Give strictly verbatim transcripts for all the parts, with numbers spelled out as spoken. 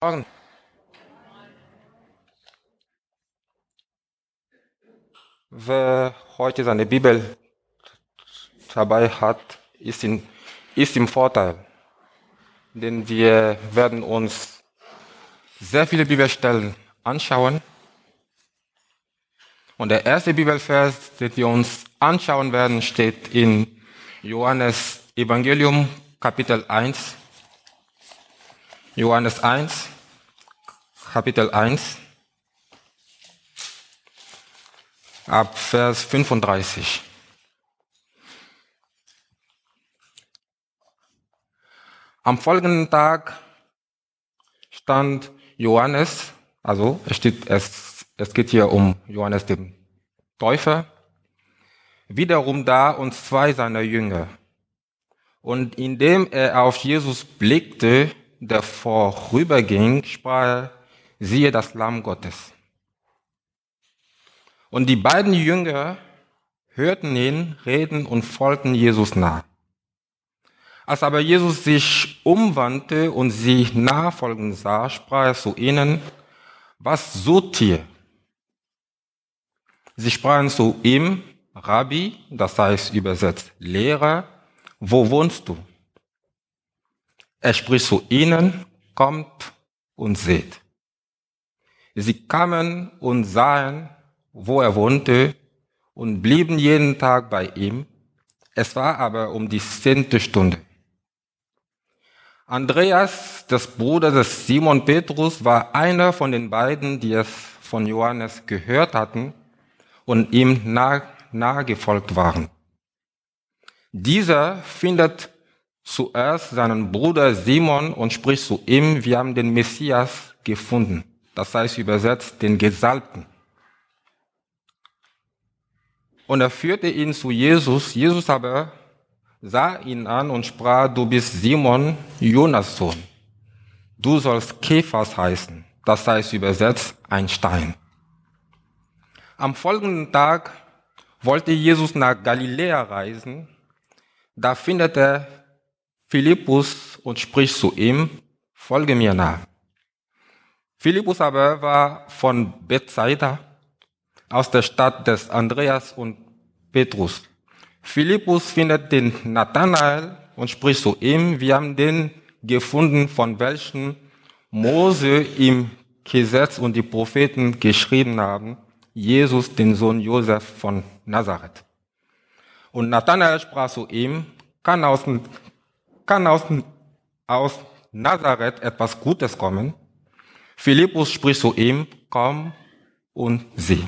Morgen. Wer heute seine Bibel dabei hat, ist, in, ist im Vorteil, denn wir werden uns sehr viele Bibelstellen anschauen. Und der erste Bibelvers, den wir uns anschauen werden, steht in Johannes Evangelium Kapitel eins. Johannes eins, Kapitel eins, ab Vers fünfunddreißig. Am folgenden Tag stand Johannes, also es, steht, es, es geht hier um Johannes den Täufer, wiederum da und zwei seiner Jünger. Und indem er auf Jesus blickte, der vorüberging, sprach er, siehe das Lamm Gottes. Und die beiden Jünger hörten ihn reden und folgten Jesus nach. Als aber Jesus sich umwandte und sie nachfolgen sah, sprach er zu ihnen, was sucht ihr? Sie sprachen zu ihm, Rabbi, das heißt übersetzt Lehrer, wo wohnst du? Er spricht zu ihnen, kommt und seht. Sie kamen und sahen, wo er wohnte, und blieben jeden Tag bei ihm. Es war aber um die zehnte Stunde. Andreas, das Bruder des Simon Petrus, war einer von den beiden, die es von Johannes gehört hatten und ihm nah, nahe gefolgt waren. Dieser findet zuerst seinen Bruder Simon und spricht zu ihm, wir haben den Messias gefunden. Das heißt übersetzt, den Gesalbten. Und er führte ihn zu Jesus. Jesus aber sah ihn an und sprach, du bist Simon, Jonas Sohn. Du sollst Kephas heißen. Das heißt übersetzt, ein Stein. Am folgenden Tag wollte Jesus nach Galiläa reisen. Da findet er Philippus und spricht zu ihm, folge mir nach. Philippus aber war von Bethsaida, aus der Stadt des Andreas und Petrus. Philippus findet den Nathanael und spricht zu ihm, wir haben den gefunden, von welchem Mose im Gesetz und die Propheten geschrieben haben, Jesus, den Sohn Josef von Nazareth. Und Nathanael sprach zu ihm, kann aus, kann aus, aus Nazareth etwas Gutes kommen? Philippus spricht zu ihm, komm und sieh.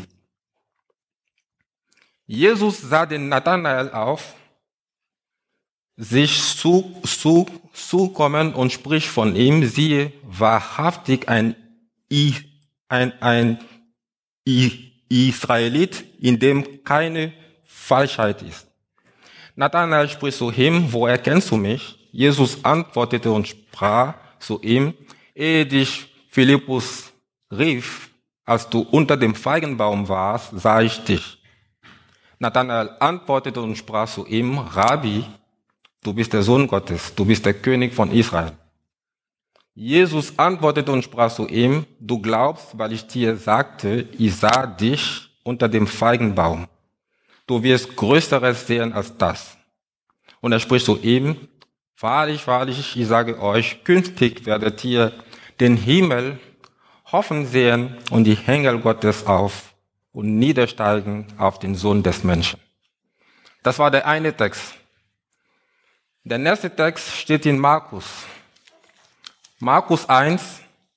Jesus sah den Nathanael auf, sich zu, zu, zukommen und spricht von ihm, siehe, wahrhaftig ein, I, ein, ein I, Israelit, in dem keine Falschheit ist. Nathanael spricht zu ihm, woher kennst du mich? Jesus antwortete und sprach zu ihm, ehe dich Philippus rief, als du unter dem Feigenbaum warst, sah ich dich. Nathanael antwortete und sprach zu ihm, Rabbi, du bist der Sohn Gottes, du bist der König von Israel. Jesus antwortete und sprach zu ihm, du glaubst, weil ich dir sagte, ich sah dich unter dem Feigenbaum. Du wirst Größeres sehen als das. Und er spricht zu ihm, wahrlich, wahrlich, ich sage euch, künftig werdet ihr den Himmel hoffen sehen und die Engel Gottes auf und niedersteigen auf den Sohn des Menschen. Das war der eine Text. Der nächste Text steht in Markus. Markus eins,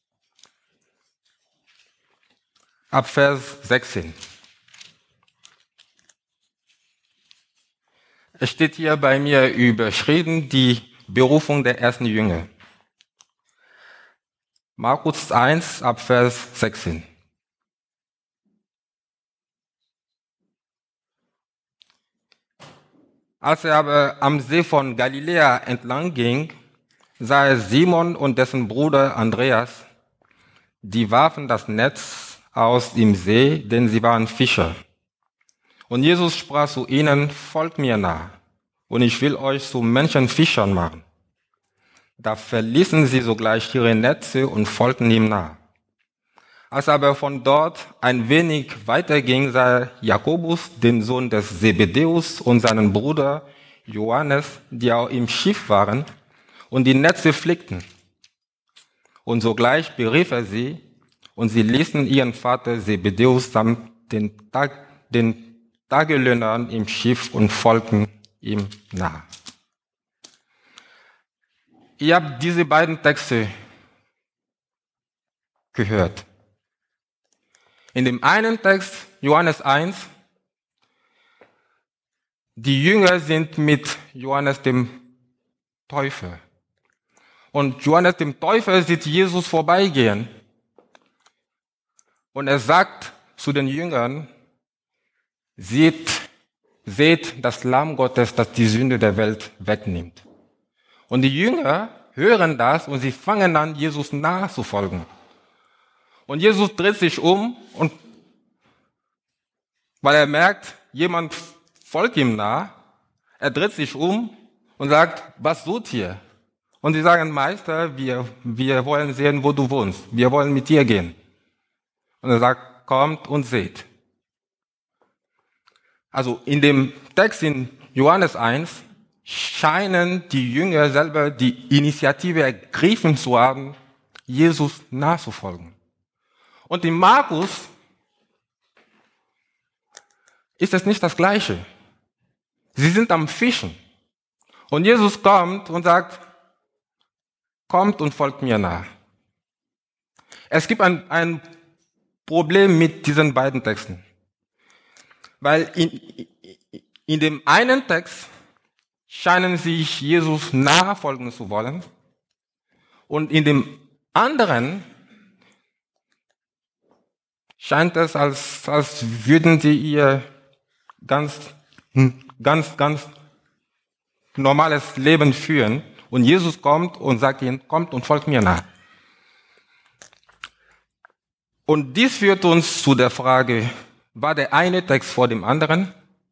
ab Vers sechzehn. Es steht hier bei mir überschrieben, die Berufung der ersten Jünger. Markus eins, ab Vers sechzehn. Als er aber am See von Galiläa entlang ging, sah er Simon und dessen Bruder Andreas. Die warfen das Netz aus im See, denn sie waren Fischer. Und Jesus sprach zu ihnen, folgt mir nach, und ich will euch zu Menschenfischern machen. Da verließen sie sogleich ihre Netze und folgten ihm nach. Als er aber von dort ein wenig weiterging, sah er Jakobus, den Sohn des Zebedäus, und seinen Bruder Johannes, die auch im Schiff waren und die Netze flickten. Und sogleich berief er sie, und sie ließen ihren Vater Zebedäus samt den, Tag, den Tagelöhnern im Schiff und folgten ihm nach. Ihr habt diese beiden Texte gehört. In dem einen Text, Johannes eins, die Jünger sind mit Johannes dem Täufer. Und Johannes dem Täufer sieht Jesus vorbeigehen. Und er sagt zu den Jüngern, seht, seht das Lamm Gottes, das die Sünde der Welt wegnimmt. Und die Jünger hören das und sie fangen an, Jesus nachzufolgen. Und Jesus dreht sich um, und weil er merkt, jemand folgt ihm nach, er dreht sich um und sagt, was sucht ihr? Und sie sagen, Meister, wir, wir wollen sehen, wo du wohnst. Wir wollen mit dir gehen. Und er sagt, kommt und seht. Also in dem Text in Johannes eins scheinen die Jünger selber die Initiative ergriffen zu haben, Jesus nachzufolgen. Und in Markus ist es nicht das Gleiche. Sie sind am Fischen. Und Jesus kommt und sagt, kommt und folgt mir nach. Es gibt ein, ein Problem mit diesen beiden Texten. Weil in, in dem einen Text scheinen sich Jesus nachfolgen zu wollen. Und in dem anderen scheint es, als, als würden sie ihr ganz, ganz, ganz normales Leben führen. Und Jesus kommt und sagt ihnen, kommt und folgt mir nach. Und dies führt uns zu der Frage, war der eine Text vor dem anderen?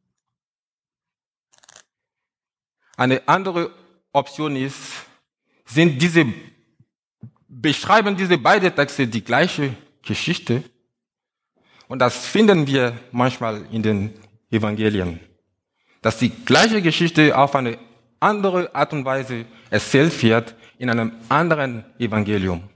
Eine andere Option ist, sind diese, beschreiben diese beiden Texte die gleiche Geschichte? Und das finden wir manchmal in den Evangelien, dass die gleiche Geschichte auf eine andere Art und Weise erzählt wird in einem anderen Evangelium.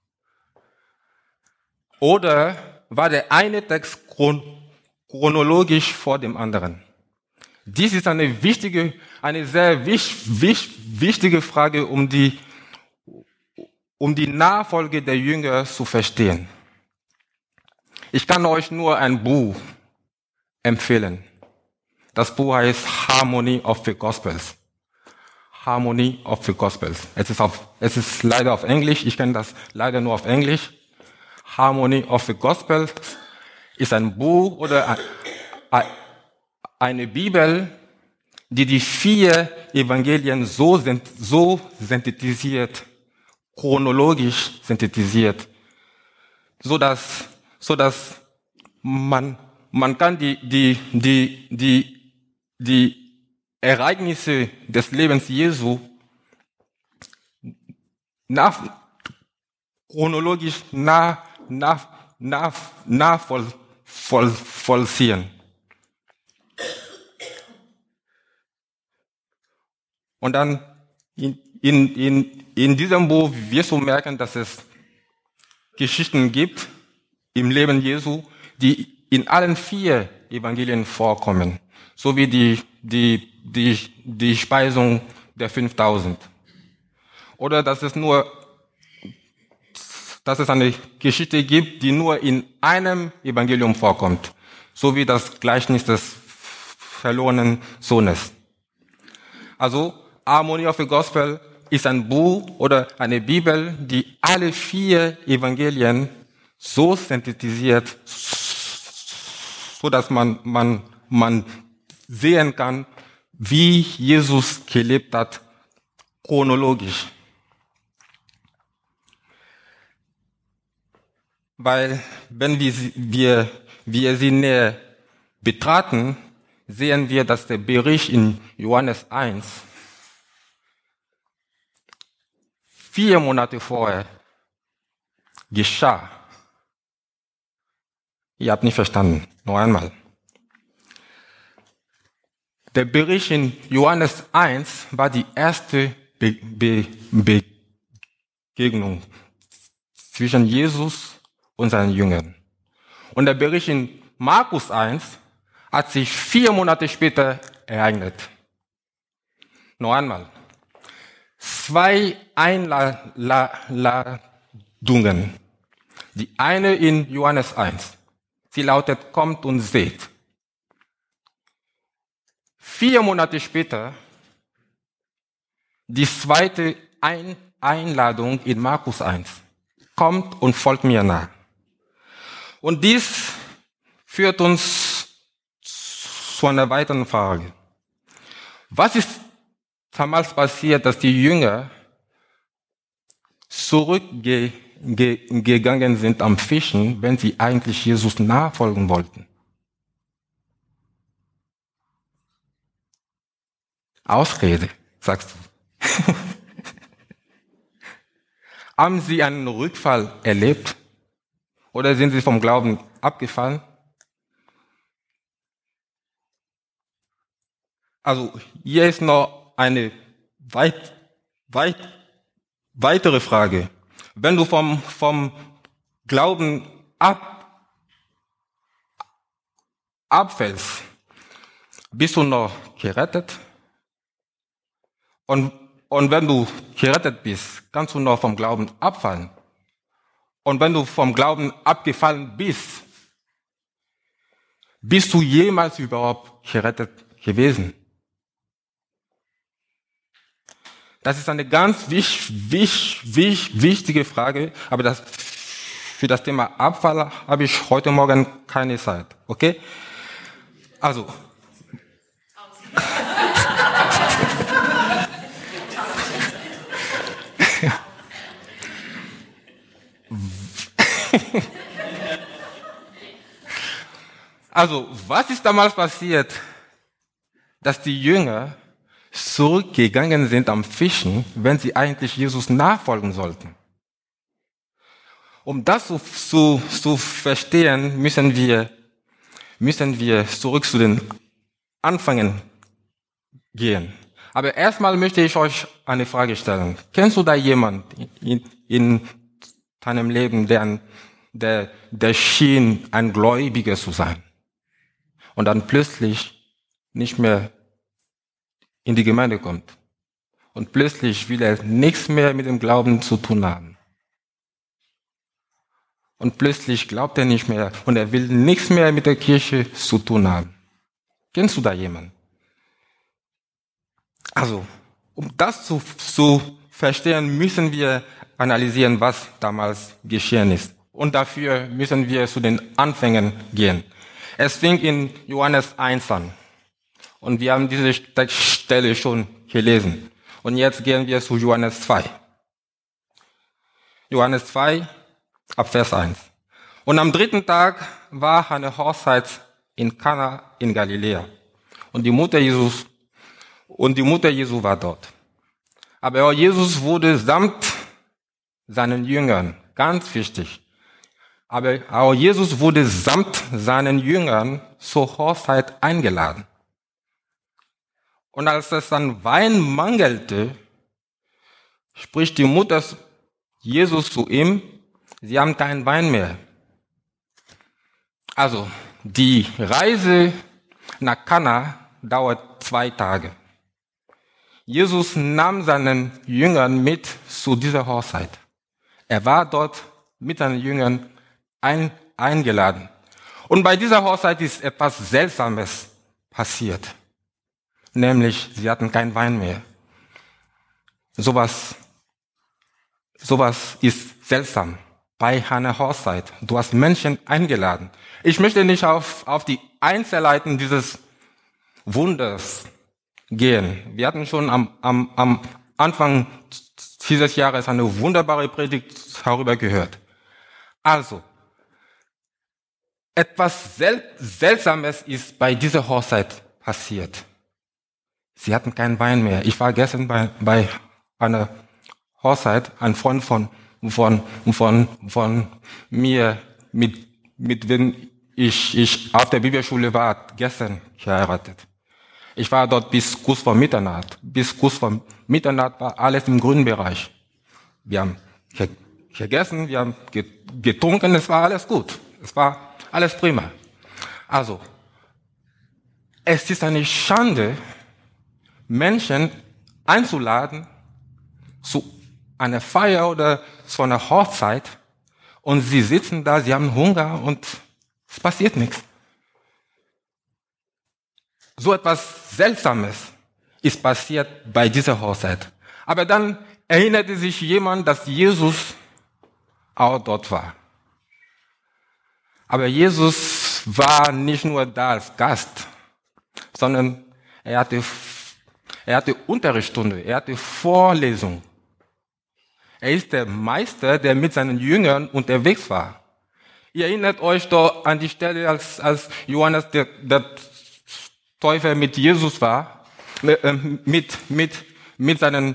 Oder war der eine Text chron- chronologisch vor dem anderen? Dies ist eine wichtige, eine sehr wich, wich, wichtige Frage, um die, um die Nachfolge der Jünger zu verstehen. Ich kann euch nur ein Buch empfehlen. Das Buch heißt Harmony of the Gospels. Harmony of the Gospels. Es ist, auf, es ist leider auf Englisch. Ich kenne das leider nur auf Englisch. Harmony of the Gospels ist ein Buch oder eine Bibel, die die vier Evangelien so, so synthetisiert, chronologisch synthetisiert, so dass, so dass man, man kann die, die, die, die, die Ereignisse des Lebens Jesu nach, chronologisch nach, nach, nach, nachvoll, voll, vollziehen. Und dann in, in, in, in diesem Buch wirst du merken, dass es Geschichten gibt im Leben Jesu, die in allen vier Evangelien vorkommen, so wie die, die, die, die Speisung der fünftausend. Oder dass es nur, dass es eine Geschichte gibt, die nur in einem Evangelium vorkommt, so wie das Gleichnis des verlorenen Sohnes. Also, Harmony of the Gospel ist ein Buch oder eine Bibel, die alle vier Evangelien so synthetisiert, so dass man, man, man sehen kann, wie Jesus gelebt hat, chronologisch. Weil, wenn wir, wir, wir sie näher betrachten, sehen wir, dass der Bericht in Johannes eins vier Monate vorher geschah. Ihr habt nicht verstanden. Noch einmal. Der Bericht in Johannes eins war die erste Be- Be- Begegnung zwischen Jesus und seinen Jüngern. Und der Bericht in Markus eins hat sich vier Monate später ereignet. Noch einmal. Zwei Einladungen. Die eine in Johannes eins. Sie lautet, kommt und seht. Vier Monate später die zweite Ein- Einladung in Markus eins. Kommt und folgt mir nach. Und dies führt uns zu einer weiteren Frage. Was ist damals passiert, dass die Jünger zurückgegangen sind am Fischen, wenn sie eigentlich Jesus nachfolgen wollten? Ausrede, sagst du. Haben sie einen Rückfall erlebt? Oder sind sie vom Glauben abgefallen? Also hier ist noch eine weit, weit, weitere Frage. Wenn du vom, vom Glauben ab, abfällst, bist du noch gerettet? Und, und wenn du gerettet bist, kannst du noch vom Glauben abfallen. Und wenn du vom Glauben abgefallen bist, bist du jemals überhaupt gerettet gewesen? Das ist eine ganz wich, wich, wich, wichtige Frage, aber das, für das Thema Abfall habe ich heute Morgen keine Zeit. Okay? Also. Also, was ist damals passiert, dass die Jünger zurückgegangen sind am Fischen, wenn sie eigentlich Jesus nachfolgen sollten? Um das zu, zu, zu verstehen, müssen wir, müssen wir zurück zu den Anfängen gehen. Aber erstmal möchte ich euch eine Frage stellen. Kennst du da jemanden in, in deinem Leben, der, der, der schien, ein Gläubiger zu sein? Und dann plötzlich nicht mehr in die Gemeinde kommt. Und plötzlich will er nichts mehr mit dem Glauben zu tun haben. Und plötzlich glaubt er nicht mehr und er will nichts mehr mit der Kirche zu tun haben. Kennst du da jemanden? Also, um das zu, zu verstehen, müssen wir analysieren, was damals geschehen ist. Und dafür müssen wir zu den Anfängen gehen. Es fing in Johannes eins an. Und wir haben diese Stelle schon gelesen. Und jetzt gehen wir zu Johannes zwei. Johannes zwei, ab Vers eins. Und am dritten Tag war eine Hochzeit in Kana in Galiläa. Und die Mutter Jesus, und die Mutter Jesu war dort. Aber Jesus wurde samt seinen Jüngern, ganz wichtig, aber auch Jesus wurde samt seinen Jüngern zur Hochzeit eingeladen. Und als es an Wein mangelte, spricht die Mutter Jesus zu ihm, sie haben keinen Wein mehr. Also, die Reise nach Kana dauert zwei Tage. Jesus nahm seinen Jüngern mit zu dieser Hochzeit. Er war dort mit seinen Jüngern ein, eingeladen. Und bei dieser Hochzeit ist etwas Seltsames passiert. Nämlich, sie hatten keinen Wein mehr. Sowas, sowas ist seltsam. Bei einer Hochzeit. Du hast Menschen eingeladen. Ich möchte nicht auf, auf die Einzelheiten dieses Wunders gehen. Wir hatten schon am, am, am Anfang dieses Jahres eine wunderbare Predigt darüber gehört. Also, etwas Sel- Seltsames ist bei dieser Hochzeit passiert. Sie hatten keinen Wein mehr. Ich war gestern bei, bei einer Hochzeit, ein Freund von, von, von, von mir, mit, mit dem ich, ich auf der Bibelschule war, gestern geheiratet. Ich war dort bis kurz vor Mitternacht. Bis kurz vor Mitternacht war alles im grünen Bereich. Wir haben gegessen, wir haben getrunken, es war alles gut. Es war alles prima. Also, es ist eine Schande, Menschen einzuladen zu einer Feier oder zu einer Hochzeit und sie sitzen da, sie haben Hunger und es passiert nichts. So etwas Seltsames ist passiert bei dieser Hochzeit. Aber dann erinnerte sich jemand, dass Jesus auch dort war. Aber Jesus war nicht nur da als Gast, sondern er hatte, er hatte Unterrichtsstunde, er hatte Vorlesung. Er ist der Meister, der mit seinen Jüngern unterwegs war. Ihr erinnert euch doch an die Stelle, als, als Johannes der, der Täufer mit Jesus war, mit, mit, mit seinen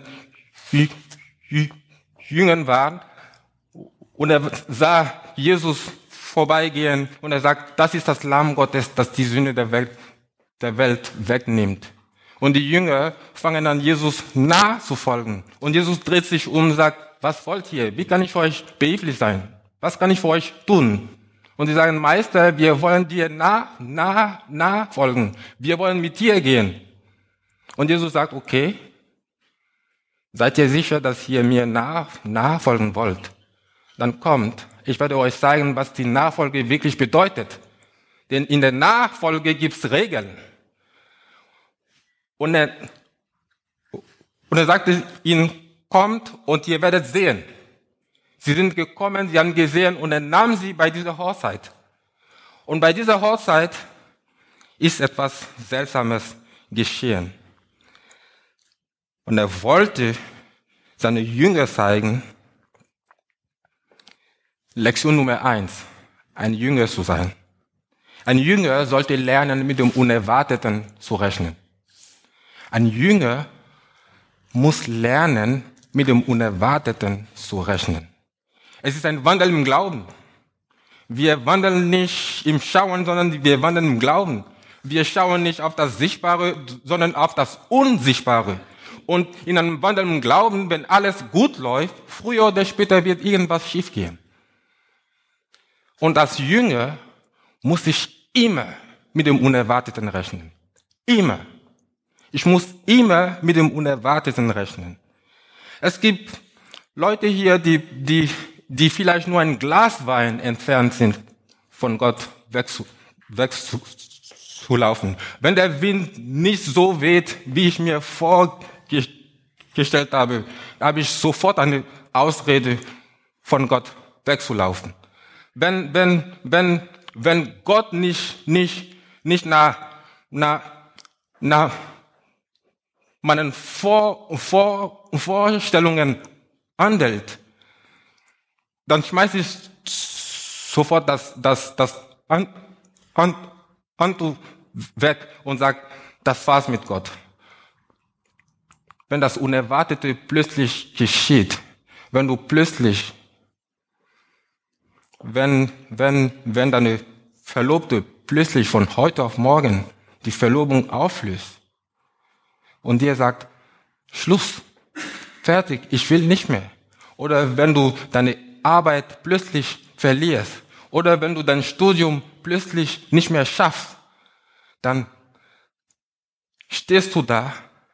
Jüngern waren, und er sah Jesus vorbeigehen und er sagt, das ist das Lamm Gottes, das die Sünde der Welt, der Welt wegnimmt. Und die Jünger fangen an, Jesus nachzufolgen. Und Jesus dreht sich um und sagt, was wollt ihr? Wie kann ich für euch behilflich sein? Was kann ich für euch tun? Und sie sagen, Meister, wir wollen dir nah, nah, nachfolgen. Wir wollen mit dir gehen. Und Jesus sagt, okay, seid ihr sicher, dass ihr mir nach, nachfolgen wollt? Dann kommt, ich werde euch zeigen, was die Nachfolge wirklich bedeutet. Denn in der Nachfolge gibt's Regeln. Und er, und er sagte ihnen, kommt und ihr werdet sehen. Sie sind gekommen, sie haben gesehen und er nahm sie bei dieser Hochzeit. Und bei dieser Hochzeit ist etwas Seltsames geschehen. Und er wollte seine Jünger zeigen, Lektion Nummer eins, ein Jünger zu sein. Ein Jünger sollte lernen, mit dem Unerwarteten zu rechnen. Ein Jünger muss lernen, mit dem Unerwarteten zu rechnen. Es ist ein Wandel im Glauben. Wir wandeln nicht im Schauen, sondern wir wandeln im Glauben. Wir schauen nicht auf das Sichtbare, sondern auf das Unsichtbare. Und in einem Wandel im Glauben, wenn alles gut läuft, früher oder später wird irgendwas schiefgehen. Und als Jünger muss ich immer mit dem Unerwarteten rechnen. Immer. Ich muss immer mit dem Unerwarteten rechnen. Es gibt Leute hier, die, die, die vielleicht nur ein Glas Wein entfernt sind, von Gott wegzulaufen. Weg zu, zu laufen. Wenn der Wind nicht so weht, wie ich mir vorgestellt habe, habe ich sofort eine Ausrede, von Gott wegzulaufen. Wenn, wenn, wenn, wenn Gott nicht, nicht, nicht nach, nach, nach meinen Vor, Vor, Vorstellungen handelt, dann schmeiße ich sofort das, das, das Handtuch weg und sage, das war's mit Gott. Wenn das Unerwartete plötzlich geschieht, wenn du plötzlich Wenn, wenn, wenn deine Verlobte plötzlich von heute auf morgen die Verlobung auflöst und dir sagt, Schluss, fertig, ich will nicht mehr. Oder wenn du deine Arbeit plötzlich verlierst oder wenn du dein Studium plötzlich nicht mehr schaffst, dann stehst du da.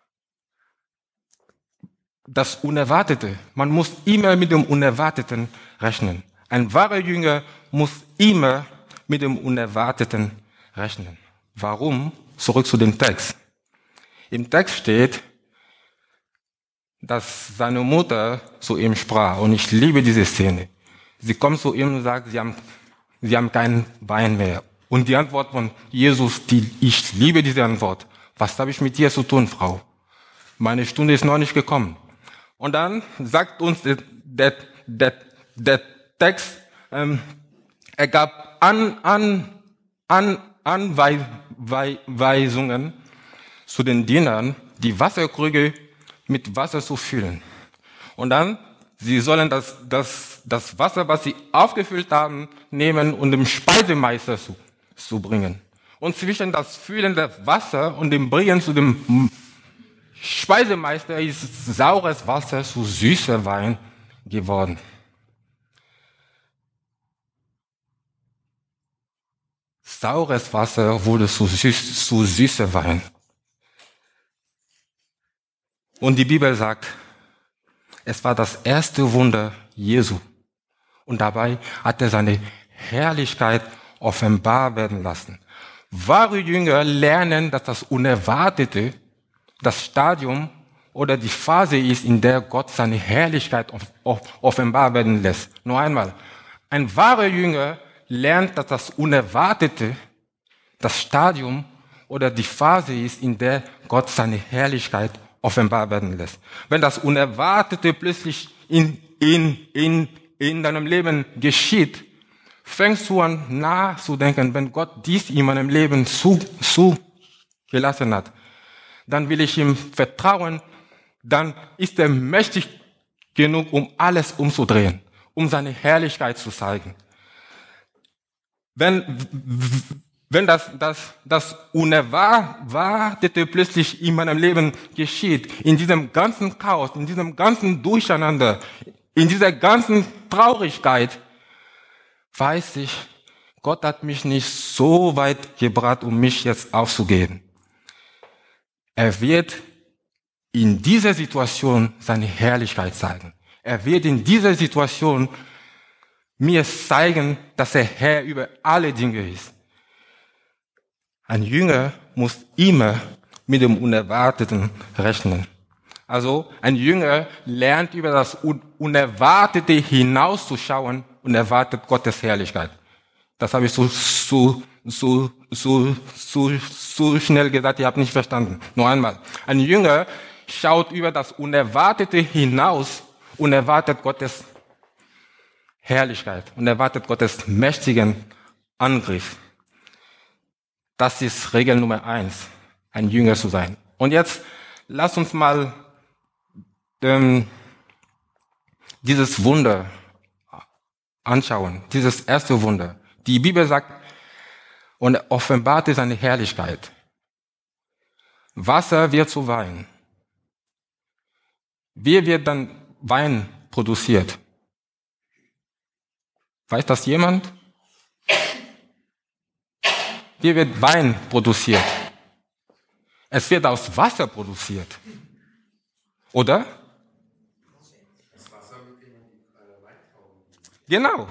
Das Unerwartete, man muss immer mit dem Unerwarteten rechnen. Ein wahrer Jünger muss immer mit dem Unerwarteten rechnen. Warum? Zurück zu dem Text. Im Text steht, dass seine Mutter zu ihm sprach. Und ich liebe diese Szene. Sie kommt zu ihm und sagt, sie haben, sie haben keinen Wein mehr. Und die Antwort von Jesus, die, ich liebe diese Antwort. Was habe ich mit dir zu tun, Frau? Meine Stunde ist noch nicht gekommen. Und dann sagt uns der, der, der, der Text, ähm, er gab an, an, an, Anweisungen zu den Dienern, die Wasserkrüge mit Wasser zu füllen. Und dann, sie sollen das, das, das Wasser, was sie aufgefüllt haben, nehmen und dem Speisemeister zu, zu bringen. Und zwischen das Füllen des Wassers und dem Bringen zu dem Speisemeister ist saures Wasser zu süßer Wein geworden. Saures Wasser wurde zu, süß, zu süßer Wein. Und die Bibel sagt, es war das erste Wunder Jesu. Und dabei hat er seine Herrlichkeit offenbar werden lassen. Wahre Jünger lernen, dass das Unerwartete das Stadium oder die Phase ist, in der Gott seine Herrlichkeit offenbar werden lässt. Nur einmal. Ein wahrer Jünger lernt, dass das Unerwartete das Stadium oder die Phase ist, in der Gott seine Herrlichkeit offenbar werden lässt. Wenn das Unerwartete plötzlich in, in, in, in deinem Leben geschieht, fängst du an nachzudenken, wenn Gott dies in meinem Leben zu, zugelassen hat, dann will ich ihm vertrauen, dann ist er mächtig genug, um alles umzudrehen, um seine Herrlichkeit zu zeigen. Wenn, wenn das, das, das Unerwartete plötzlich in meinem Leben geschieht, in diesem ganzen Chaos, in diesem ganzen Durcheinander, in dieser ganzen Traurigkeit, weiß ich, Gott hat mich nicht so weit gebracht, um mich jetzt aufzugeben. Er wird in dieser Situation seine Herrlichkeit zeigen. Er wird in dieser Situation mir zeigen, dass er Herr über alle Dinge ist. Ein Jünger muss immer mit dem Unerwarteten rechnen. Also ein Jünger lernt über das Unerwartete hinauszuschauen und erwartet Gottes Herrlichkeit. Das habe ich so, so, so, so, so, so schnell gesagt, ihr habt nicht verstanden. Noch einmal. Ein Jünger schaut über das Unerwartete hinaus und erwartet Gottes Herrlichkeit und erwartet Gottes mächtigen Angriff. Das ist Regel Nummer eins, ein Jünger zu sein. Und jetzt lasst uns mal ähm, dieses Wunder anschauen, dieses erste Wunder. Die Bibel sagt, und er offenbarte seine Herrlichkeit. Wasser wird zu Wein. Wie wird dann Wein produziert? Weiß das jemand? Wie wird Wein produziert? Es wird aus Wasser produziert. Oder? Genau.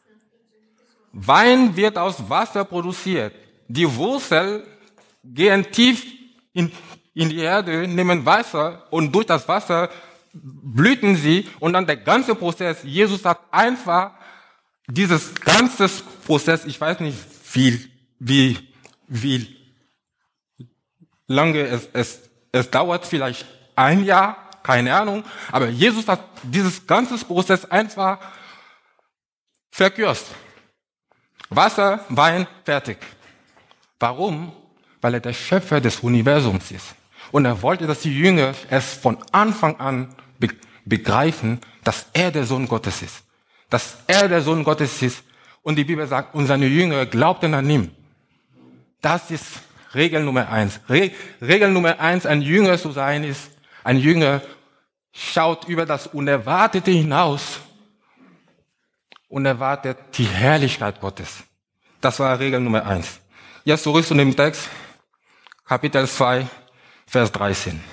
Wein wird aus Wasser produziert. Die Wurzeln gehen tief in, in die Erde, nehmen Wasser und durch das Wasser blüten sie und dann der ganze Prozess. Jesus hat einfach dieses ganze Prozess, ich weiß nicht, wie, wie, wie lange es, es, es dauert, vielleicht ein Jahr, keine Ahnung, aber Jesus hat dieses ganze Prozess einfach verkürzt. Wasser, Wein, fertig. Warum? Weil er der Schöpfer des Universums ist. Und er wollte, dass die Jünger es von Anfang an be- begreifen, dass er der Sohn Gottes ist. Dass er der Sohn Gottes ist. Und die Bibel sagt, und seine Jünger glaubten an ihm. Das ist Regel Nummer eins. Re- Regel Nummer eins, ein Jünger zu sein, ist, ein Jünger schaut über das Unerwartete hinaus und erwartet die Herrlichkeit Gottes. Das war Regel Nummer eins. Jetzt zurück zu dem Text, Kapitel zwei, Vers dreizehn.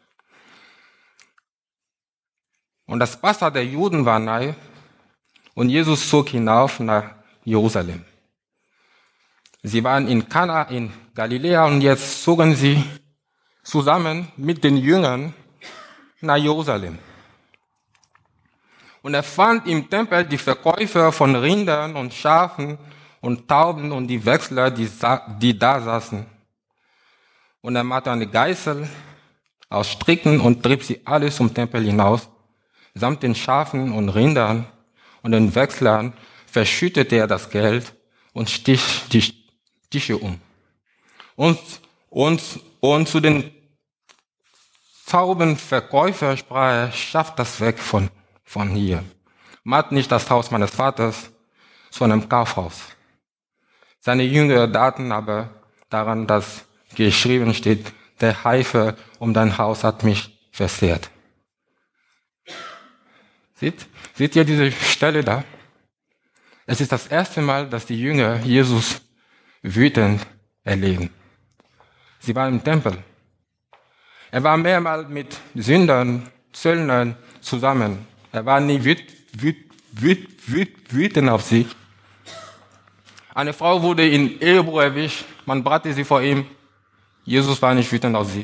Und das Passa der Juden war nahe und Jesus zog hinauf nach Jerusalem. Sie waren in Kana in Galiläa und jetzt zogen sie zusammen mit den Jüngern nach Jerusalem. Und er fand im Tempel die Verkäufer von Rindern und Schafen und Tauben und die Wechsler, die, die da saßen. Und er machte eine Geißel aus Stricken und trieb sie alle zum Tempel hinaus. Samt den Schafen und Rindern und den Wechslern verschüttete er das Geld und stich die Tische um. Und, und, und zu den Taubenverkäufer sprach er, schafft das weg von, von hier. Macht nicht das Haus meines Vaters zu einem Kaufhaus. Seine Jünger dachten aber daran, dass geschrieben steht, der Eifer um dein Haus hat mich versehrt. Seht, seht ihr diese Stelle da? Es ist das erste Mal, dass die Jünger Jesus wütend erleben. Sie waren im Tempel. Er war mehrmals mit Sündern, Zöllnern zusammen. Er war nie wüt, wüt, wüt, wüt, wütend auf sie. Eine Frau wurde in Ehebruch erwischt. Man brachte sie vor ihm. Jesus war nicht wütend auf sie.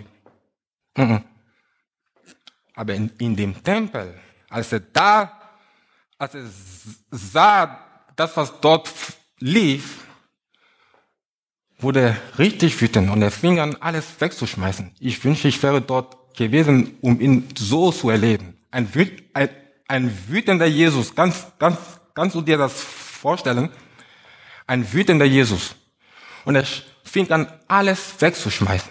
Aber in, in dem Tempel, als er da, als er sah, das, was dort lief, wurde er richtig wütend und er fing an, alles wegzuschmeißen. Ich wünsche, ich wäre dort gewesen, um ihn so zu erleben. Ein, ein, ein wütender Jesus, ganz, ganz, kannst du dir das vorstellen? Ein wütender Jesus. Und er fing an, alles wegzuschmeißen.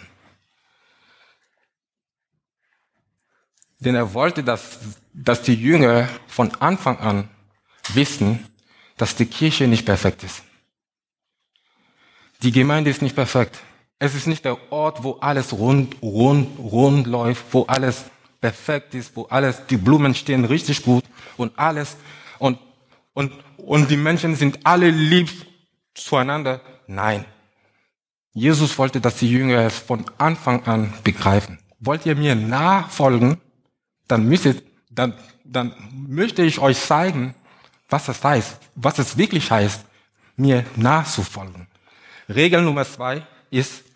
Denn er wollte, dass, dass die Jünger von Anfang an wissen, dass die Kirche nicht perfekt ist. Die Gemeinde ist nicht perfekt. Es ist nicht der Ort, wo alles rund, rund, rund läuft, wo alles perfekt ist, wo alles, die Blumen stehen richtig gut und alles, und, und, und die Menschen sind alle lieb zueinander. Nein. Jesus wollte, dass die Jünger es von Anfang an begreifen. Wollt ihr mir nachfolgen? Dann müsst dann, dann möchte ich euch zeigen, was es heißt, was es wirklich heißt, mir nachzufolgen. Regel Nummer zwei ist,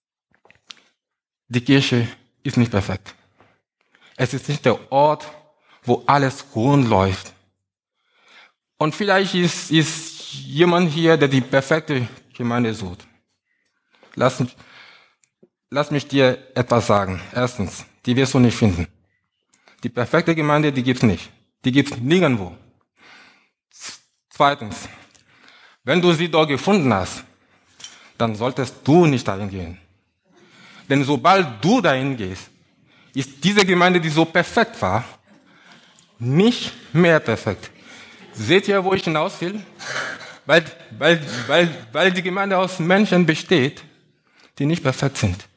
die Kirche ist nicht perfekt. Es ist nicht der Ort, wo alles rund läuft. Und vielleicht ist, ist jemand hier, der die perfekte Gemeinde sucht. Lass, lass mich dir etwas sagen. Erstens, die wirst du nicht finden. Die perfekte Gemeinde, die gibt's nicht. Die gibt's nirgendwo. Zweitens, wenn du sie dort gefunden hast, dann solltest du nicht dahin gehen. Denn sobald du dahin gehst, ist diese Gemeinde, die so perfekt war, nicht mehr perfekt. Seht ihr, wo ich hinaus will? Weil, weil, weil, weil die Gemeinde aus Menschen besteht, die nicht perfekt sind.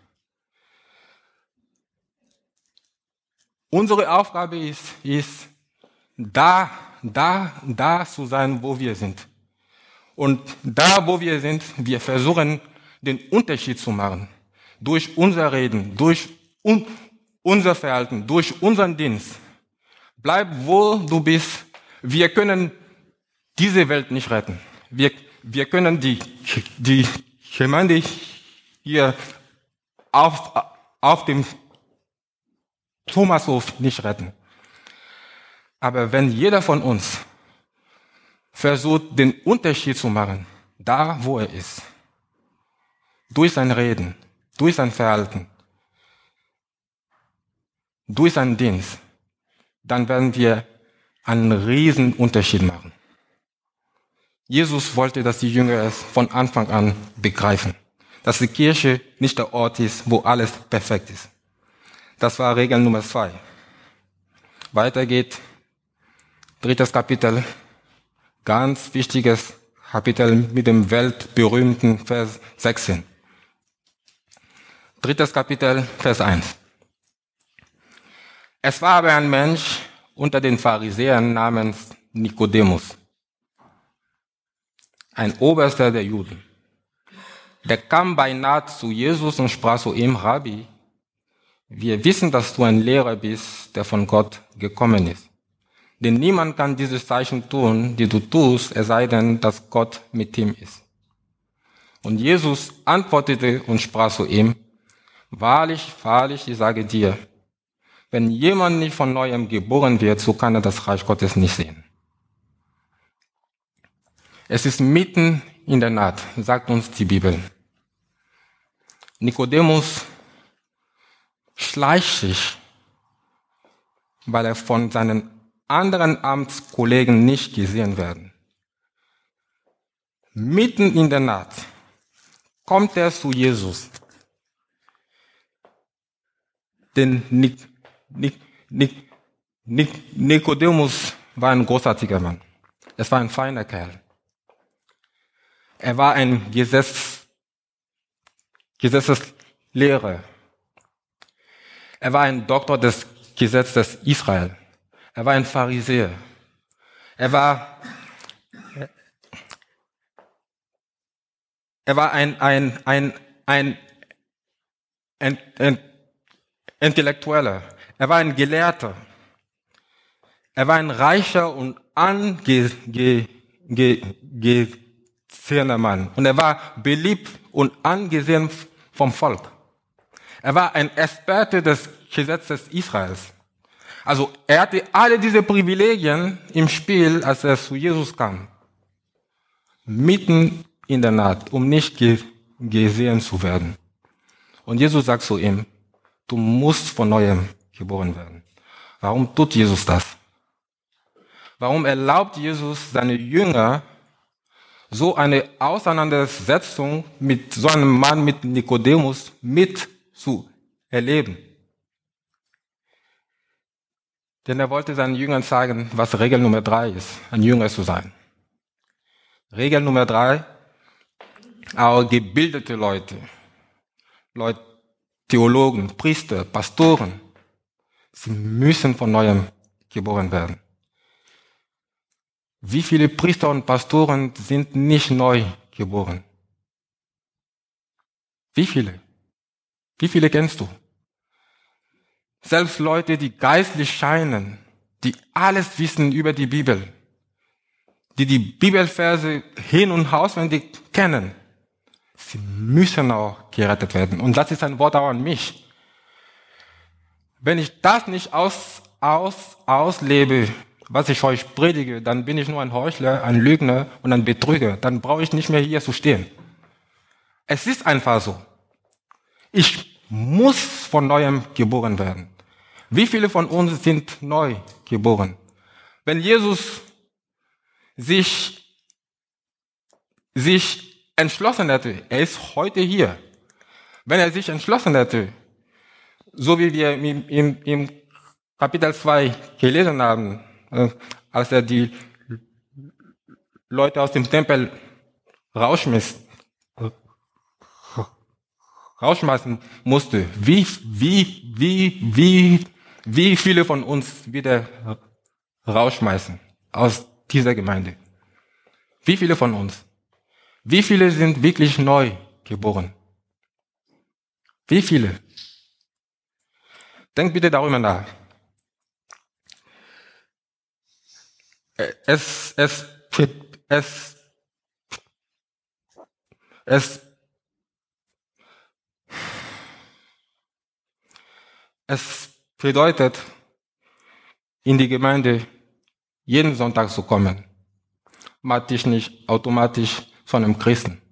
Unsere Aufgabe ist, ist da, da, da zu sein, wo wir sind. Und da, wo wir sind, wir versuchen, den Unterschied zu machen. Durch unser Reden, durch un, unser Verhalten, durch unseren Dienst. Bleib, wo du bist. Wir können diese Welt nicht retten. Wir, wir können die, die Gemeinde hier auf, auf dem Thomashof nicht retten. Aber wenn jeder von uns versucht, den Unterschied zu machen, da wo er ist, durch sein Reden, durch sein Verhalten, durch seinen Dienst, dann werden wir einen riesen Unterschied machen. Jesus wollte, dass die Jünger es von Anfang an begreifen, dass die Kirche nicht der Ort ist, wo alles perfekt ist. Das war Regel Nummer zwei. Weiter geht, drittes Kapitel, ganz wichtiges Kapitel mit dem weltberühmten Vers sechzehn. Drittes Kapitel, Vers eins. Es war aber ein Mensch unter den Pharisäern namens Nikodemus, ein Oberster der Juden. Der kam bei Nacht zu Jesus und sprach zu ihm, Rabbi, wir wissen, dass du ein Lehrer bist, der von Gott gekommen ist. Denn niemand kann dieses Zeichen tun, die du tust, es sei denn, dass Gott mit ihm ist. Und Jesus antwortete und sprach zu ihm, wahrlich, wahrlich, ich sage dir, wenn jemand nicht von Neuem geboren wird, so kann er das Reich Gottes nicht sehen. Es ist mitten in der Nacht, sagt uns die Bibel. Nikodemus schleicht sich, weil er von seinen anderen Amtskollegen nicht gesehen werden. Mitten in der Nacht kommt er zu Jesus. Denn Nikodemus war ein großartiger Mann. Es war ein feiner Kerl. Er war ein Gesetz, Gesetzeslehrer. Er war ein Doktor des Gesetzes Israel. Er war ein Pharisäer. Er war, er war ein, ein, ein, ein, ein, ein Intellektueller. Er war ein Gelehrter. Er war ein reicher und angesehener Mann. Und er war beliebt und angesehen vom Volk. Er war ein Experte des Gesetzes Israels. Also er hatte alle diese Privilegien im Spiel, als er zu Jesus kam. Mitten in der Nacht, um nicht ge- gesehen zu werden. Und Jesus sagt zu ihm, du musst von neuem geboren werden. Warum tut Jesus das? Warum erlaubt Jesus seine Jünger so eine Auseinandersetzung mit so einem Mann, mit Nikodemus, mit zu erleben? Denn er wollte seinen Jüngern sagen, was Regel Nummer drei ist, ein Jünger zu sein. Regel Nummer drei, auch gebildete Leute, Leute, Theologen, Priester, Pastoren, sie müssen von neuem geboren werden. Wie viele Priester und Pastoren sind nicht neu geboren? Wie viele? Wie viele kennst du? Selbst Leute, die geistlich scheinen, die alles wissen über die Bibel, die die Bibelverse hin- und auswendig kennen, sie müssen auch gerettet werden. Und das ist ein Wort auch an mich. Wenn ich das nicht aus, aus, auslebe, was ich euch predige, dann bin ich nur ein Heuchler, ein Lügner und ein Betrüger. Dann brauche ich nicht mehr hier zu stehen. Es ist einfach so. Ich muss von neuem geboren werden. Wie viele von uns sind neu geboren? Wenn Jesus sich, sich entschlossen hätte, er ist heute hier, wenn er sich entschlossen hätte, so wie wir im, im, im Kapitel zwei gelesen haben, äh, als er die Leute aus dem Tempel rausschmiss, rausschmeißen musste, wie, wie, wie, wie, wie viele von uns wieder rausschmeißen aus dieser Gemeinde? Wie viele von uns? Wie viele sind wirklich neu geboren? Wie viele? Denk bitte darüber nach. Es, es, es, es, es bedeutet, in die Gemeinde jeden Sonntag zu kommen. Macht dich nicht automatisch zu einem Christen.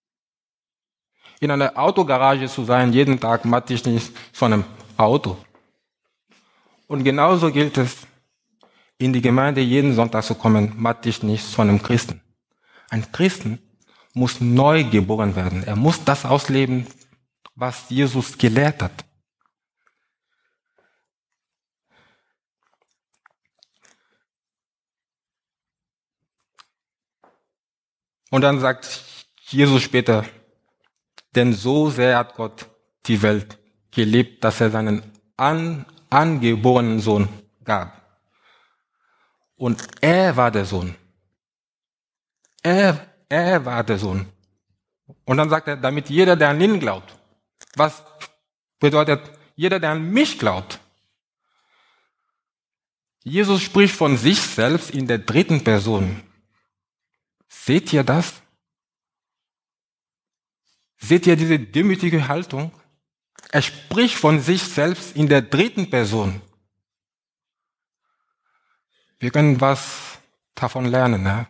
In einer Autogarage zu sein, jeden Tag, macht dich nicht zu einem Auto. Und genauso gilt es, in die Gemeinde jeden Sonntag zu kommen, macht dich nicht zu einem Christen. Ein Christen muss neu geboren werden. Er muss das ausleben, was Jesus gelehrt hat. Und dann sagt Jesus später, denn so sehr hat Gott die Welt geliebt, dass er seinen an, angeborenen Sohn gab. Und er war der Sohn. Er, er war der Sohn. Und dann sagt er, damit jeder, der an ihn glaubt. Was bedeutet, jeder, der an mich glaubt? Jesus spricht von sich selbst in der dritten Person. Seht ihr das? Seht ihr diese demütige Haltung? Er spricht von sich selbst in der dritten Person. Wir können was davon lernen. Ne?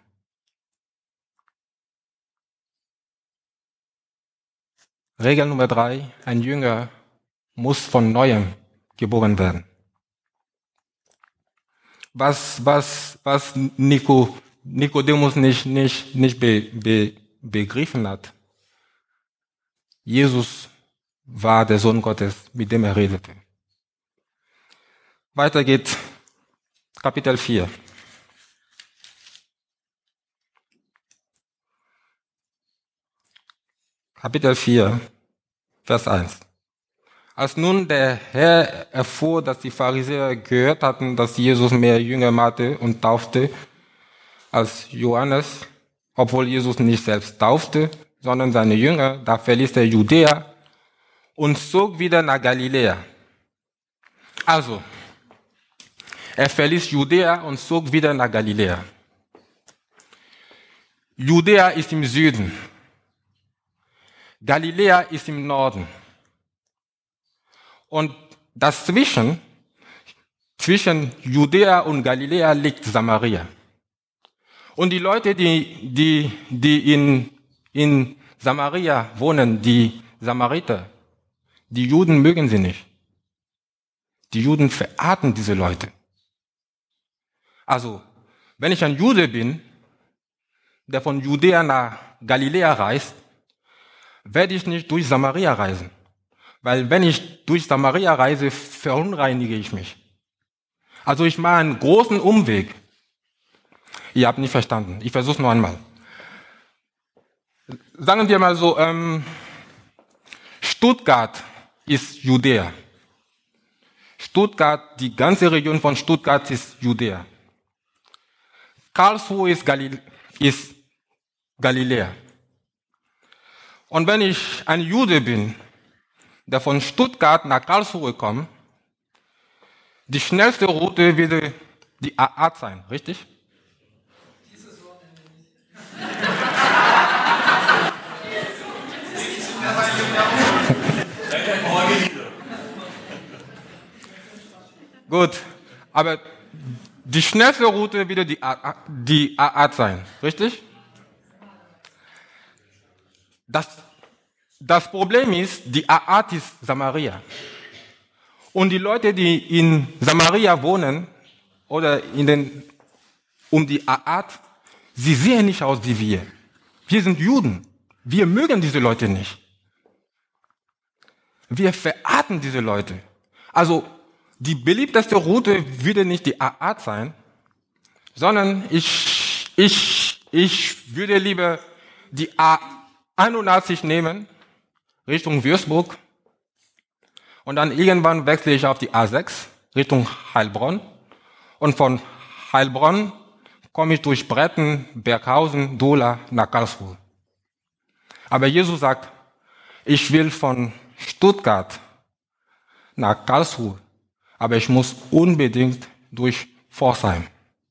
Regel Nummer drei, ein Jünger muss von Neuem geboren werden. Was, was, was Nico, Nikodemus nicht, nicht, nicht be, be, begriffen hat. Jesus war der Sohn Gottes, mit dem er redete. Weiter geht's. Kapitel vier. Kapitel vier, Vers eins. Als nun der Herr erfuhr, dass die Pharisäer gehört hatten, dass Jesus mehr Jünger machte und taufte als Johannes, obwohl Jesus nicht selbst taufte, sondern seine Jünger, da verließ er Judäa und zog wieder nach Galiläa. Also, er verließ Judäa und zog wieder nach Galiläa. Judäa ist im Süden. Galiläa ist im Norden. Und dazwischen, zwischen Judäa und Galiläa liegt Samaria. Und die Leute, die, die, die in, in Samaria wohnen, die Samariter, die Juden mögen sie nicht. Die Juden verachten diese Leute. Also, wenn ich ein Jude bin, der von Judäa nach Galiläa reist, werde ich nicht durch Samaria reisen. Weil wenn ich durch Samaria reise, verunreinige ich mich. Also ich mache einen großen Umweg. Ihr habt nicht verstanden. Ich versuche es noch einmal. Sagen wir mal so, ähm, Stuttgart ist Judäa. Stuttgart, die ganze Region von Stuttgart ist Judäa. Karlsruhe ist, Galil- ist Galiläa. Und wenn ich ein Jude bin, der von Stuttgart nach Karlsruhe kommt, die schnellste Route würde die A acht sein, richtig? Dieses Wochenende nicht. Gut, aber die schnellste Route würde die A acht sein, richtig? Das, das Problem ist, die A acht ist Samaria. Und die Leute, die in Samaria wohnen oder in den, um die A acht, sie sehen nicht aus wie wir. Wir sind Juden. Wir mögen diese Leute nicht. Wir verachten diese Leute. Also die beliebteste Route würde nicht die A acht sein, sondern ich, ich, ich würde lieber die A einundachtzig nehmen, Richtung Würzburg. Und dann irgendwann wechsle ich auf die A sechs, Richtung Heilbronn. Und von Heilbronn komme ich durch Bretten, Berghausen, Dohla nach Karlsruhe. Aber Jesus sagt, ich will von Stuttgart nach Karlsruhe, aber ich muss unbedingt durch Pforzheim.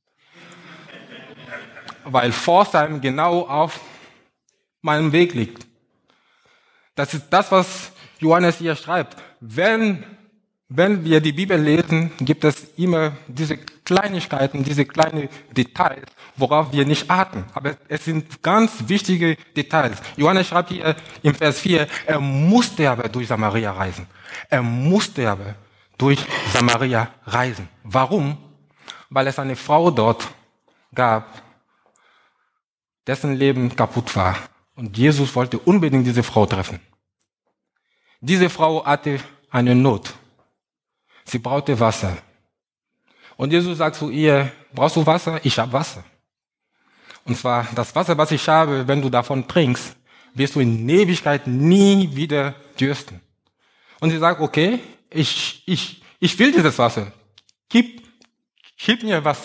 Weil Pforzheim genau auf meinem Weg liegt. Das ist das, was Johannes hier schreibt. Wenn, wenn wir die Bibel lesen, gibt es immer diese Kleinigkeiten, diese kleinen Details, worauf wir nicht achten. Aber es sind ganz wichtige Details. Johannes schreibt hier im Vers vier, er musste aber durch Samaria reisen. Er musste aber durch Samaria reisen. Warum? Weil es eine Frau dort gab, dessen Leben kaputt war. Und Jesus wollte unbedingt diese Frau treffen. Diese Frau hatte eine Not. Sie brauchte Wasser. Und Jesus sagt zu ihr, brauchst du Wasser? Ich habe Wasser. Und zwar das Wasser, was ich habe, wenn du davon trinkst, wirst du in Ewigkeit nie wieder dürsten. Und sie sagt, okay, ich, ich, ich will dieses Wasser. Gib, gib mir was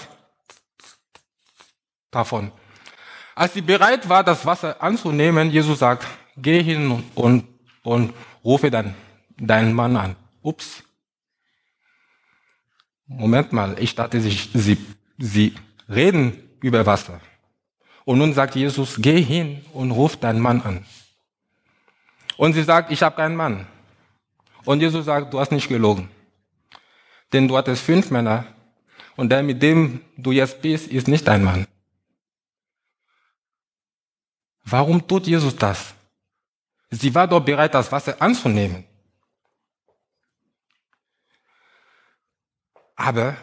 davon. Als sie bereit war, das Wasser anzunehmen, Jesus sagt, geh hin und, und, und rufe dann deinen Mann an. Ups. Moment mal, ich dachte, sie, sie, sie reden über Wasser. Und nun sagt Jesus, geh hin und ruf deinen Mann an. Und sie sagt, ich habe keinen Mann. Und Jesus sagt, du hast nicht gelogen. Denn du hattest fünf Männer und der, mit dem du jetzt bist, ist nicht dein Mann. Warum tut Jesus das? Sie war doch bereit, das Wasser anzunehmen. Aber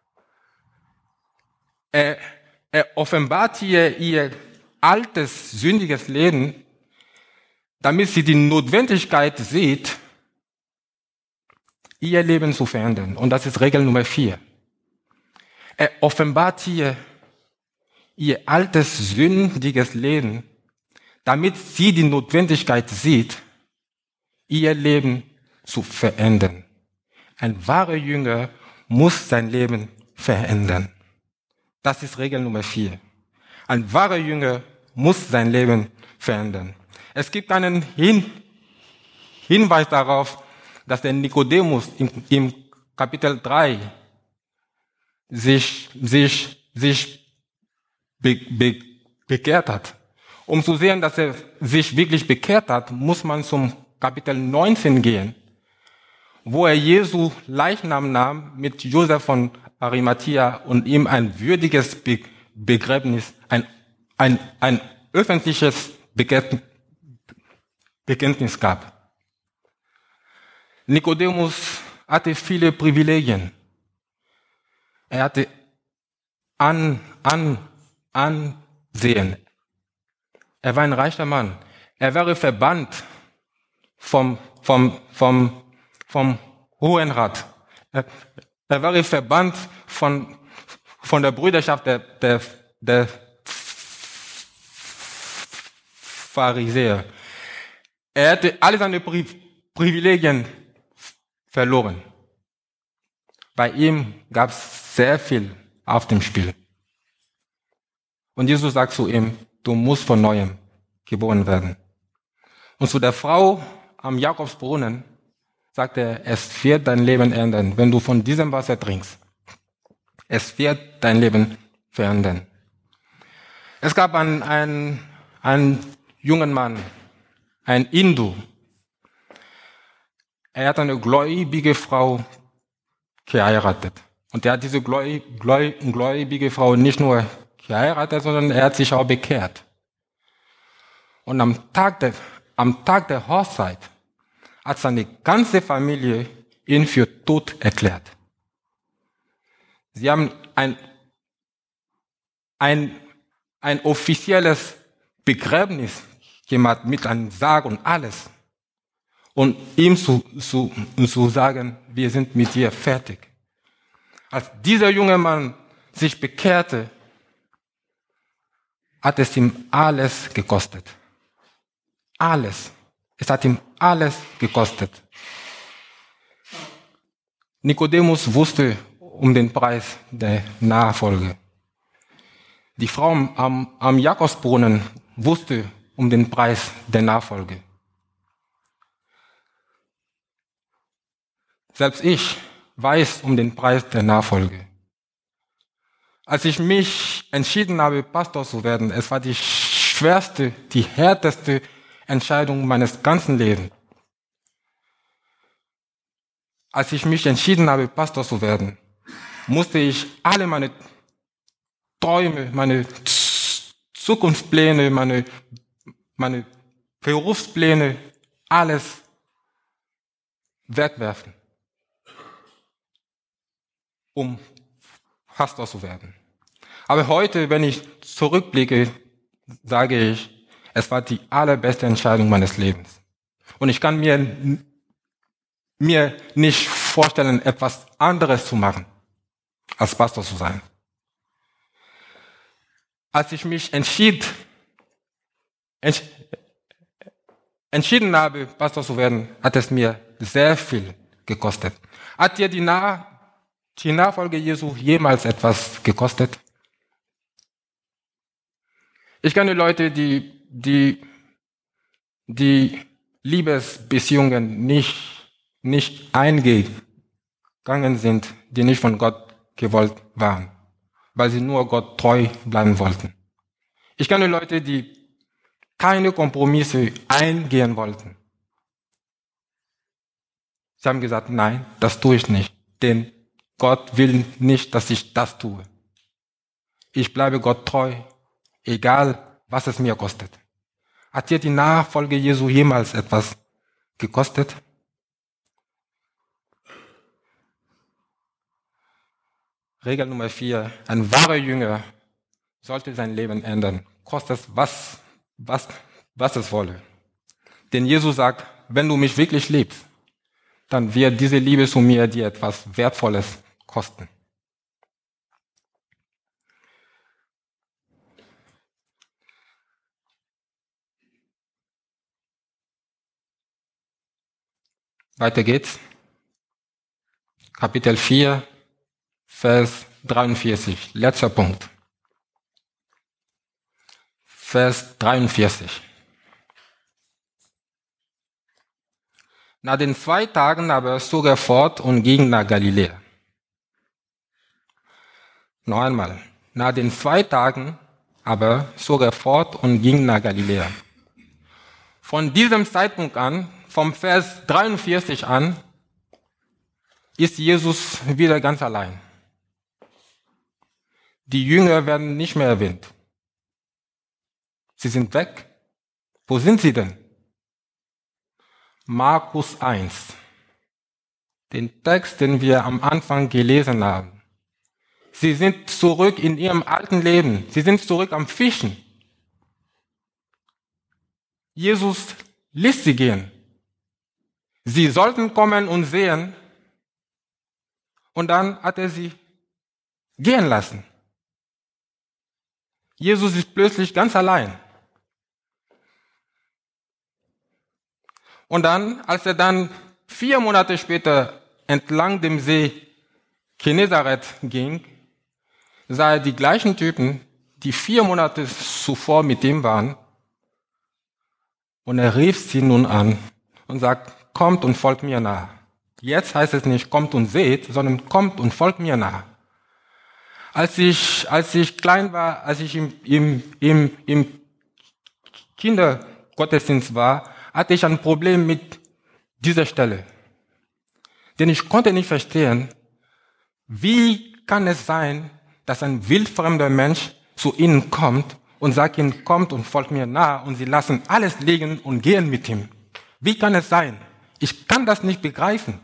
er, er offenbart hier ihr altes, sündiges Leben, damit sie die Notwendigkeit sieht, ihr Leben zu verändern. Und das ist Regel Nummer vier. Er offenbart hier ihr altes, sündiges Leben, damit sie die Notwendigkeit sieht, ihr Leben zu verändern. Ein wahrer Jünger muss sein Leben verändern. Das ist Regel Nummer vier. Ein wahrer Jünger muss sein Leben verändern. Es gibt einen Hin- Hinweis darauf, dass der Nikodemus im, im Kapitel drei sich, sich, sich be, be, bekehrt hat. Um zu sehen, dass er sich wirklich bekehrt hat, muss man zum Kapitel neunzehn gehen, wo er Jesu Leichnam nahm mit Josef von Arimathea und ihm ein würdiges Be- Begräbnis, ein, ein, ein öffentliches Bekenntnis, Bekenntnis gab. Nikodemus hatte viele Privilegien. Er hatte An, An, Ansehen. Er war ein reicher Mann. Er wäre verbannt vom, vom, vom, vom Hohen Rat. Er, er wäre verbannt von, von der Brüderschaft der, der, der Pharisäer. Er hätte alle seine Pri- Privilegien verloren. Bei ihm gab es sehr viel auf dem Spiel. Und Jesus sagt zu ihm, du musst von Neuem geboren werden. Und zu der Frau am Jakobsbrunnen sagt er, es wird dein Leben ändern, wenn du von diesem Wasser trinkst. Es wird dein Leben verändern. Es gab einen, einen, einen jungen Mann, ein Hindu. Er hat eine gläubige Frau geheiratet. Und er hat diese gläubige Frau nicht nur geheiratet, sondern er hat sich auch bekehrt. Und am Tag der, am Tag der Hochzeit hat seine ganze Familie ihn für tot erklärt. Sie haben ein, ein, ein offizielles Begräbnis gemacht mit einem Sarg und alles. Und ihm zu, zu, zu sagen, wir sind mit dir fertig. Als dieser junge Mann sich bekehrte, hat es ihm alles gekostet. Alles. Es hat ihm alles gekostet. Nikodemus wusste um den Preis der Nachfolge. Die Frau am, am Jakobsbrunnen wusste um den Preis der Nachfolge. Selbst ich weiß um den Preis der Nachfolge. Als ich mich entschieden habe, Pastor zu werden, es war die schwerste, die härteste Entscheidung meines ganzen Lebens. Als ich mich entschieden habe, Pastor zu werden, musste ich alle meine Träume, meine Zukunftspläne, meine, meine Berufspläne, alles wegwerfen, um Pastor zu werden. Aber heute, wenn ich zurückblicke, sage ich, es war die allerbeste Entscheidung meines Lebens. Und ich kann mir, mir nicht vorstellen, etwas anderes zu machen, als Pastor zu sein. Als ich mich entschied, entsch, entschieden habe, Pastor zu werden, hat es mir sehr viel gekostet. Hat dir die, Nach, die Nachfolge Jesu jemals etwas gekostet? Ich kenne Leute, die die, die Liebesbeziehungen nicht, nicht eingegangen sind, die nicht von Gott gewollt waren, weil sie nur Gott treu bleiben wollten. Ich kenne Leute, die keine Kompromisse eingehen wollten. Sie haben gesagt, nein, das tue ich nicht, denn Gott will nicht, dass ich das tue. Ich bleibe Gott treu, egal was es mir kostet. Hat dir die Nachfolge Jesu jemals etwas gekostet? Regel Nummer vier. Ein wahrer Jünger sollte sein Leben ändern. Kostet es was, was, was es wolle. Denn Jesus sagt, wenn du mich wirklich liebst, dann wird diese Liebe zu mir dir etwas Wertvolles kosten. Weiter geht's. Kapitel vier, Vers dreiundvierzig. Letzter Punkt. Vers dreiundvierzig. Nach den zwei Tagen aber zog er fort und ging nach Galiläa. Noch einmal. Nach den zwei Tagen aber zog er fort und ging nach Galiläa. Von diesem Zeitpunkt an, vom Vers dreiundvierzig an, ist Jesus wieder ganz allein. Die Jünger werden nicht mehr erwähnt. Sie sind weg. Wo sind sie denn? Markus eins. Den Text, den wir am Anfang gelesen haben. Sie sind zurück in ihrem alten Leben. Sie sind zurück am Fischen. Jesus ließ sie gehen. Sie sollten kommen und sehen. Und dann hat er sie gehen lassen. Jesus ist plötzlich ganz allein. Und dann, als er dann vier Monate später entlang dem See Genezareth ging, sah er die gleichen Typen, die vier Monate zuvor mit ihm waren. Und er rief sie nun an und sagt, kommt und folgt mir nach. Jetzt heißt es nicht, kommt und seht, sondern kommt und folgt mir nach. Als ich, als ich klein war, als ich im, im, im, im Kindergottesdienst war, hatte ich ein Problem mit dieser Stelle. Denn ich konnte nicht verstehen, wie kann es sein, dass ein wildfremder Mensch zu ihnen kommt und sagt ihnen, kommt und folgt mir nach, und sie lassen alles liegen und gehen mit ihm. Wie kann es sein? Ich kann das nicht begreifen.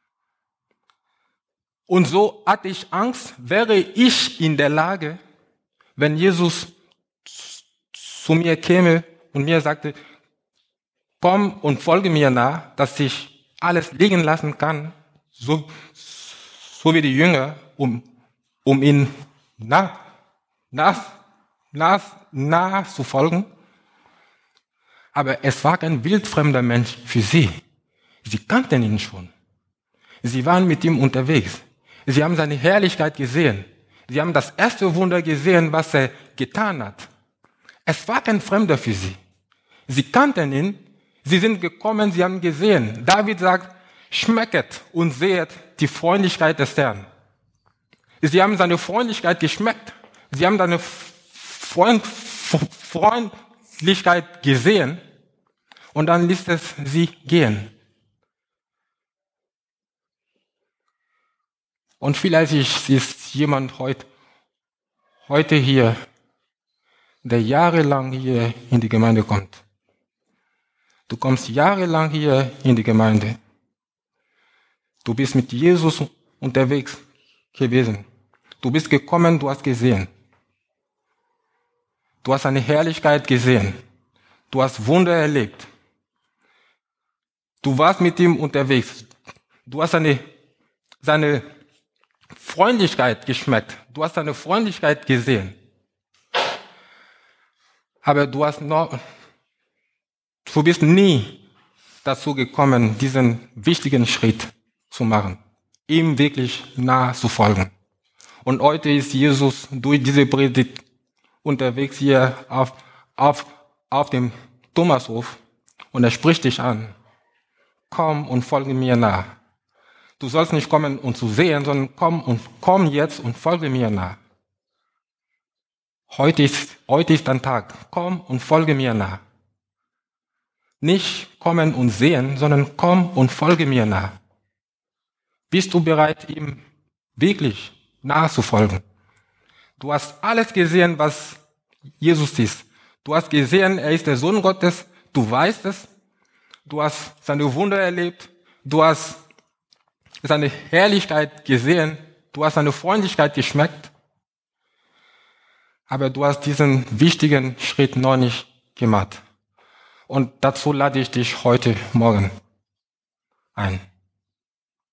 Und so hatte ich Angst, wäre ich in der Lage, wenn Jesus zu mir käme und mir sagte, komm und folge mir nach, dass ich alles liegen lassen kann, so, so wie die Jünger, um, um ihn nach, nach, nach, nach zu folgen. Aber es war kein wildfremder Mensch für sie. Sie kannten ihn schon. Sie waren mit ihm unterwegs. Sie haben seine Herrlichkeit gesehen. Sie haben das erste Wunder gesehen, was er getan hat. Es war kein Fremder für sie. Sie kannten ihn. Sie sind gekommen, sie haben gesehen. David sagt, schmecket und sehet die Freundlichkeit des Herrn. Sie haben seine Freundlichkeit geschmeckt. Sie haben seine Freund, Freundlichkeit gesehen. Und dann ließ es sie gehen. Und vielleicht ist jemand heute, heute hier, der jahrelang hier in die Gemeinde kommt. Du kommst jahrelang hier in die Gemeinde. Du bist mit Jesus unterwegs gewesen. Du bist gekommen, du hast gesehen. Du hast seine Herrlichkeit gesehen. Du hast Wunder erlebt. Du warst mit ihm unterwegs. Du hast seine, seine Freundlichkeit geschmeckt. Du hast seine Freundlichkeit gesehen. Aber du hast noch, du bist nie dazu gekommen, diesen wichtigen Schritt zu machen, ihm wirklich nahe zu folgen. Und heute ist Jesus durch diese Predigt unterwegs hier auf, auf, auf dem Thomashof und er spricht dich an. Komm und folge mir nach. Du sollst nicht kommen, um zu sehen, sondern komm und komm jetzt und folge mir nach. Heute ist, heute ist dein Tag. Komm und folge mir nach. Nicht kommen und sehen, sondern komm und folge mir nach. Bist du bereit, ihm wirklich nachzufolgen? Du hast alles gesehen, was Jesus ist. Du hast gesehen, er ist der Sohn Gottes. Du weißt es. Du hast seine Wunder erlebt. Du hast seine Herrlichkeit gesehen. Du hast seine Freundlichkeit geschmeckt. Aber du hast diesen wichtigen Schritt noch nicht gemacht. Und dazu lade ich dich heute Morgen ein.